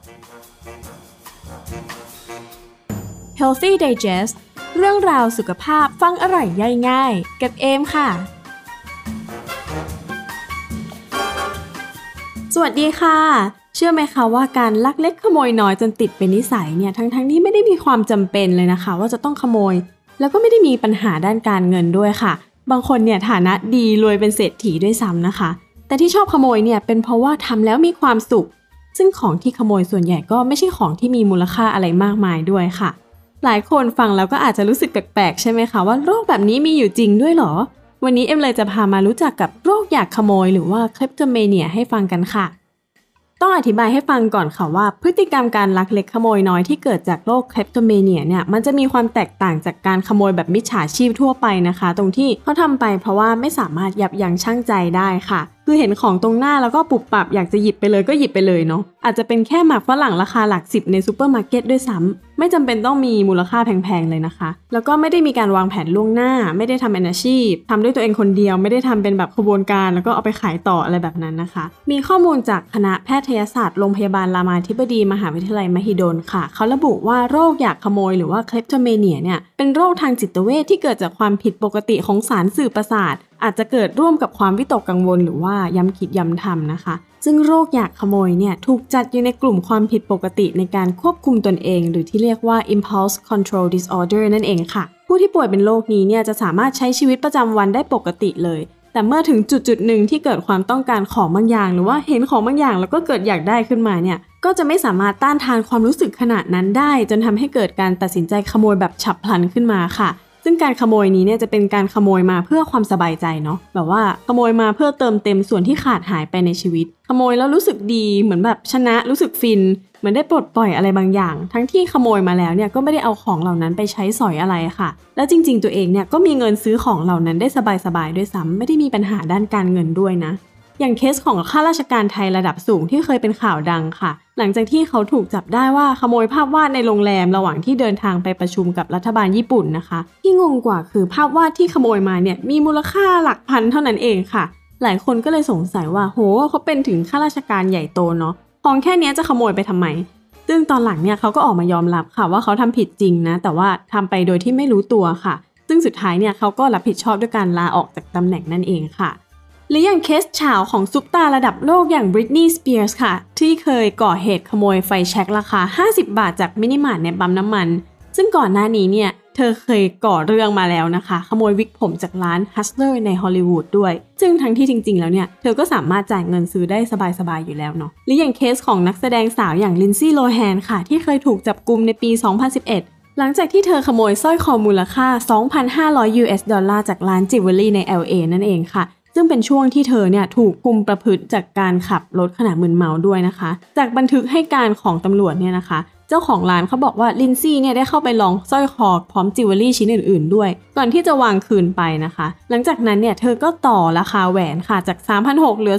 Healthy Digest เรื่องราวสุขภาพฟังอร่อยย่อยง่ายกับเอมค่ะสวัสดีค่ะเชื่อไหมคะว่าการลักเล็กขโมยน้อยจนติดเป็นนิสัยเนี่ยทั้งที่ไม่ได้มีความจำเป็นเลยนะคะว่าจะต้องขโมยแล้วก็ไม่ได้มีปัญหาด้านการเงินด้วยค่ะบางคนเนี่ยฐานะดีรวยเป็นเศรษฐีด้วยซ้ำนะคะแต่ที่ชอบขโมยเนี่ยเป็นเพราะว่าทำแล้วมีความสุขซึ่งของที่ขโมยส่วนใหญ่ก็ไม่ใช่ของที่มีมูลค่าอะไรมากมายด้วยค่ะหลายคนฟังแล้วก็อาจจะรู้สึกแปลกๆใช่ไหมคะว่าโรคแบบนี้มีอยู่จริงด้วยเหรอวันนี้เอ็มเลยจะพามารู้จักกับโรคอยากขโมยหรือว่า kleptomania ให้ฟังกันค่ะต้องอธิบายให้ฟังก่อนค่ะว่าพฤติกรรมการลักเล็กขโมยน้อยที่เกิดจากโรค kleptomania เนี่ยมันจะมีความแตกต่างจากการขโมยแบบมิจฉาชีพทั่วไปนะคะตรงที่เขาทำไปเพราะว่าไม่สามารถยับยั้งชั่งใจได้ค่ะคือเห็นของตรงหน้าแล้วก็ปุบปับอยากจะหยิบไปเลยก็หยิบไปเลยเนาะอาจจะเป็นแค่หมากฝรั่งราคาหลัก10ในซูเปอร์มาร์เก็ตด้วยซ้ำไม่จำเป็นต้องมีมูลค่าแพงๆเลยนะคะแล้วก็ไม่ได้มีการวางแผนล่วงหน้าไม่ได้ทำเป็นอาชีพทำด้วยตัวเองคนเดียวไม่ได้ทำเป็นแบบขบวนการแล้วก็เอาไปขายต่ออะไรแบบนั้นนะคะมีข้อมูลจากคณะแพทยศาสตร์โรงพยาบาลรามาธิบดีมหาวิทยาลัยมหิดลค่ะเขาระบุว่าโรคอยากขโมยหรือว่า kleptomania เนี่ยเป็นโรคทางจิตเวชที่เกิดจากความผิดปกติของสารสื่อประสาทอาจจะเกิดร่วมกับความวิตกกังวลหรือว่าย้ำคิดย้ำทำนะคะซึ่งโรคอยากขโมยเนี่ยถูกจัดอยู่ในกลุ่มความผิดปกติในการควบคุมตนเองหรือที่เรียกว่า impulse control disorder นั่นเองค่ะผู้ที่ป่วยเป็นโรคนี้เนี่ยจะสามารถใช้ชีวิตประจำวันได้ปกติเลยแต่เมื่อถึงจุดหนึ่งที่เกิดความต้องการของบางอย่างหรือว่าเห็นของบางอย่างแล้วก็เกิดอยากได้ขึ้นมาเนี่ยก็จะไม่สามารถต้านทานความรู้สึกขนาดนั้นได้จนทำให้เกิดการตัดสินใจขโมยแบบฉับพลันขึ้นมาค่ะซึ่งการขโมยนี้เนี่ยจะเป็นการขโมยมาเพื่อความสบายใจเนาะแบบว่าขโมยมาเพื่อเติมเต็มส่วนที่ขาดหายไปในชีวิตขโมยแล้วรู้สึกดีเหมือนแบบชนะรู้สึกฟินเหมือนได้ปลดปล่อยอะไรบางอย่างทั้งที่ขโมยมาแล้วเนี่ยก็ไม่ได้เอาของเหล่านั้นไปใช้สอยอะไรค่ะแล้วจริงๆตัวเองเนี่ยก็มีเงินซื้อของเหล่านั้นได้สบายๆด้วยซ้ำไม่ได้มีปัญหาด้านการเงินด้วยนะอย่างเคสของข้าราชการไทยระดับสูงที่เคยเป็นข่าวดังค่ะหลังจากที่เขาถูกจับได้ว่าขโมยภาพวาดในโรงแรมระหว่างที่เดินทางไปประชุมกับรัฐบาลญี่ปุ่นนะคะที่งงกว่าคือภาพวาดที่ขโมยมาเนี่ยมีมูลค่าหลักพันเท่านั้นเองค่ะหลายคนก็เลยสงสัยว่าโหเขาเป็นถึงข้าราชการใหญ่โตเนาะของแค่นี้จะขโมยไปทำไมซึ่งตอนหลังเนี่ยเขาก็ออกมายอมรับค่ะว่าเขาทำผิดจริงนะแต่ว่าทำไปโดยที่ไม่รู้ตัวค่ะซึ่งสุดท้ายเนี่ยเขาก็รับผิดชอบด้วยการลาออกจากตำแหน่งนั่นเองค่ะหรืออย่างเคสเฉาของซุปตาระดับโลกอย่าง Britney Spears ค่ะที่เคยก่อเหตุขโมยไฟแช็กราคา50 บาทจากมินิมาร์ทในปั๊มน้ำมันซึ่งก่อนหน้านี้เนี่ยเธอเคยก่อเรื่องมาแล้วนะคะขโมยวิกผมจากร้าน Hustler ในฮอลลีวูดด้วยซึ่งทั้งที่จริงๆแล้วเนี่ยเธอก็สามารถจ่ายเงินซื้อได้สบายๆอยู่แล้วเนาะหรืออย่างเคสของนักแสดงสาวอย่าง Lindsay Lohan ค่ะที่เคยถูกจับกุมในปี 2011 หลังจากที่เธอขโมยสร้อยคอมูลค่า $2,500 จากร้านจิวเวลรี่ใน LA นั่นเองค่ะซึ่งเป็นช่วงที่เธอเนี่ยถูกคุมประพฤติจากการขับรถขณะมึนเมาด้วยนะคะจากบันทึกให้การของตำรวจเนี่ยนะคะเจ้าของร้านเขาบอกว่าลินซี่เนี่ยได้เข้าไปลองสร้อยคอพร้อมจิวเวลรี่ชิ้นอื่นๆด้วยก่อนที่จะวางคืนไปนะคะหลังจากนั้นเนี่ยเธอก็ต่อราคาแหวนค่ะจาก 3,600 เหลือ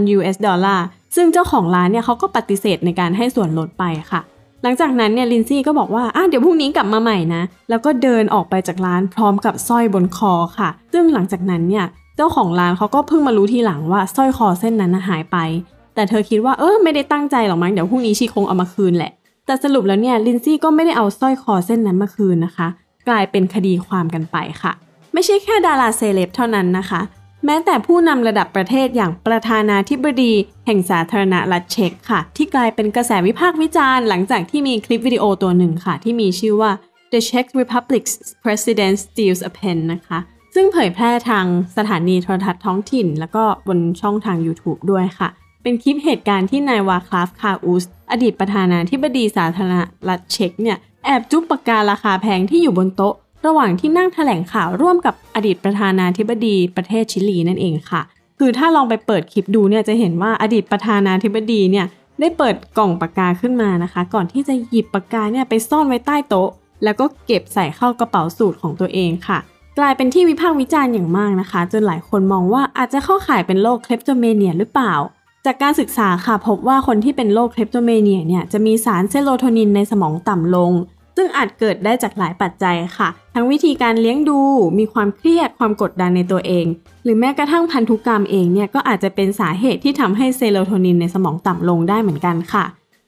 $3,000 ซึ่งเจ้าของร้านเนี่ยเขาก็ปฏิเสธในการให้ส่วนลดไปค่ะหลังจากนั้นเนี่ยลินซี่ก็บอกว่าเดี๋ยวพรุ่งนี้กลับมาใหม่นะแล้วก็เดินออกไปจากร้านพร้อมกับสร้อยบนคอค่ะซึ่งหลังจากนั้นเนี่ยเจ้าของร้านเขาก็เพิ่งมารู้ทีหลังว่าสร้อยคอเส้นนั้นหายไปแต่เธอคิดว่าไม่ได้ตั้งใจหรอกมั้งเดี๋ยวพรุ่งนี้ชีคงเอามาคืนแหละแต่สรุปแล้วเนี่ยลินซี่ก็ไม่ได้เอาสร้อยคอเส้นนั้นมาคืนนะคะกลายเป็นคดีความกันไปค่ะไม่ใช่แค่ดาราเซเลบเท่านั้นนะคะแม้แต่ผู้นำระดับประเทศอย่างประธานาธิบดีแห่งสาธารณรัฐเช็กค่ะที่กลายเป็นกระแสวิพากษ์วิจารณ์หลังจากที่มีคลิปวิดีโอตัวหนึ่งค่ะที่มีชื่อว่า The Czech Republic's President Steals a Pen นะคะซึ่งเผยแพร่ทางสถานีโทรทัศน์ท้องถิ่นแล้วก็บนช่องทาง YouTube ด้วยค่ะเป็นคลิปเหตุการณ์ที่นายวาคลาฟคาอุสอดีตประธานาธิบดีสาธารณรัฐเช็กเนี่ยแอบจุ๊บปากการาคาแพงที่อยู่บนโต๊ะระหว่างที่นั่งแถลงข่าวร่วมกับอดีตประธานาธิบดีประเทศชิลีนั่นเองค่ะคือถ้าลองไปเปิดคลิปดูเนี่ยจะเห็นว่าอดีตประธานาธิบดีเนี่ยได้เปิดกล่องปากกาขึ้นมานะคะก่อนที่จะหยิบปากกาเนี่ยไปซ่อนไว้ใต้โต๊ะแล้วก็เก็บใส่เข้ากระเป๋าสูทของตัวเองค่ะกลายเป็นที่วิพากษ์วิจารณ์อย่างมากนะคะจนหลายคนมองว่าอาจจะเข้าข่ายเป็นโรค kleptomania หรือเปล่าจากการศึกษาค่ะพบว่าคนที่เป็นโรค kleptomania เนี่ยจะมีสารเซโรโทนินในสมองต่ำลงซึ่งอาจเกิดได้จากหลายปัจจัยค่ะทั้งวิธีการเลี้ยงดูมีความเครียดความกดดันในตัวเองหรือแม้กระทั่งพันธุกรรมเองเนี่ยก็อาจจะเป็นสาเหตุที่ทำให้เซโรโทนินในสมองต่ำลงได้เหมือนกันค่ะ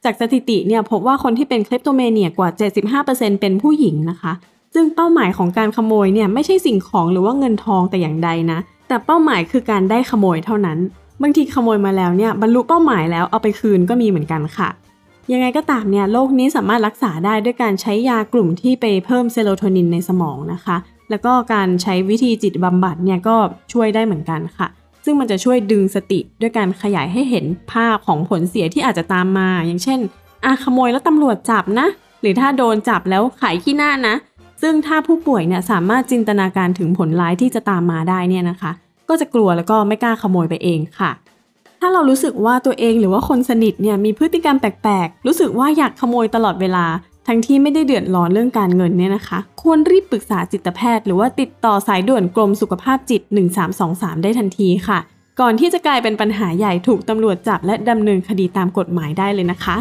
จากสถิติเนี่ยพบว่าคนที่เป็น kleptomania กว่า 75% เป็นผู้หญิงนะคะซึ่งเป้าหมายของการขโมยเนี่ยไม่ใช่สิ่งของหรือว่าเงินทองแต่อย่างใดนะแต่เป้าหมายคือการได้ขโมยเท่านั้นบางทีขโมยมาแล้วเนี่ยบรรลุเป้าหมายแล้วเอาไปคืนก็มีเหมือนกันค่ะยังไงก็ตามเนี่ยโรคนี้สามารถรักษาได้ด้วยการใช้ยากลุ่มที่ไปเพิ่มเซโรโทนินในสมองนะคะแล้วก็การใช้วิธีจิตบำบัดเนี่ยก็ช่วยได้เหมือนกันค่ะซึ่งมันจะช่วยดึงสติด้วยการขยายให้เห็นภาพของผลเสียที่อาจจะตามมาอย่างเช่นขโมยแล้วตำรวจจับนะหรือถ้าโดนจับแล้วขายขี้หน้านะซึ่งถ้าผู้ป่วยเนี่ยสามารถจินตนาการถึงผลร้ายที่จะตามมาได้เนี่ยนะคะก็จะกลัวแล้วก็ไม่กล้าขโมยไปเองค่ะถ้าเรารู้สึกว่าตัวเองหรือว่าคนสนิทเนี่ยมีพฤติกรรมแปลกๆรู้สึกว่าอยากขโมยตลอดเวลาทั้งที่ไม่ได้เดือดร้อนเรื่องการเงินเนี่ยนะคะควรรีบปรึกษาจิตแพทย์หรือว่าติดต่อสายด่วนกรมสุขภาพจิต1323ได้ทันทีค่ะก่อนที่จะกลายเป็นปัญหาใหญ่ถูกตำรวจจับและดำเนินคดีตามกฎหมายได้เลยนะคะ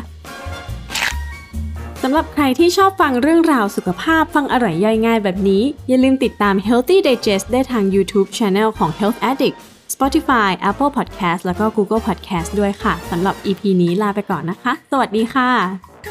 สำหรับใครที่ชอบฟังเรื่องราวสุขภาพฟังอร่อยย่อยง่ายแบบนี้อย่าลืมติดตาม Healthy Digest ได้ทาง YouTube Channel ของ Health Addict Spotify Apple Podcast แล้วก็ Google Podcast ด้วยค่ะสำหรับ EP นี้ลาไปก่อนนะคะสวัสดีค่ะ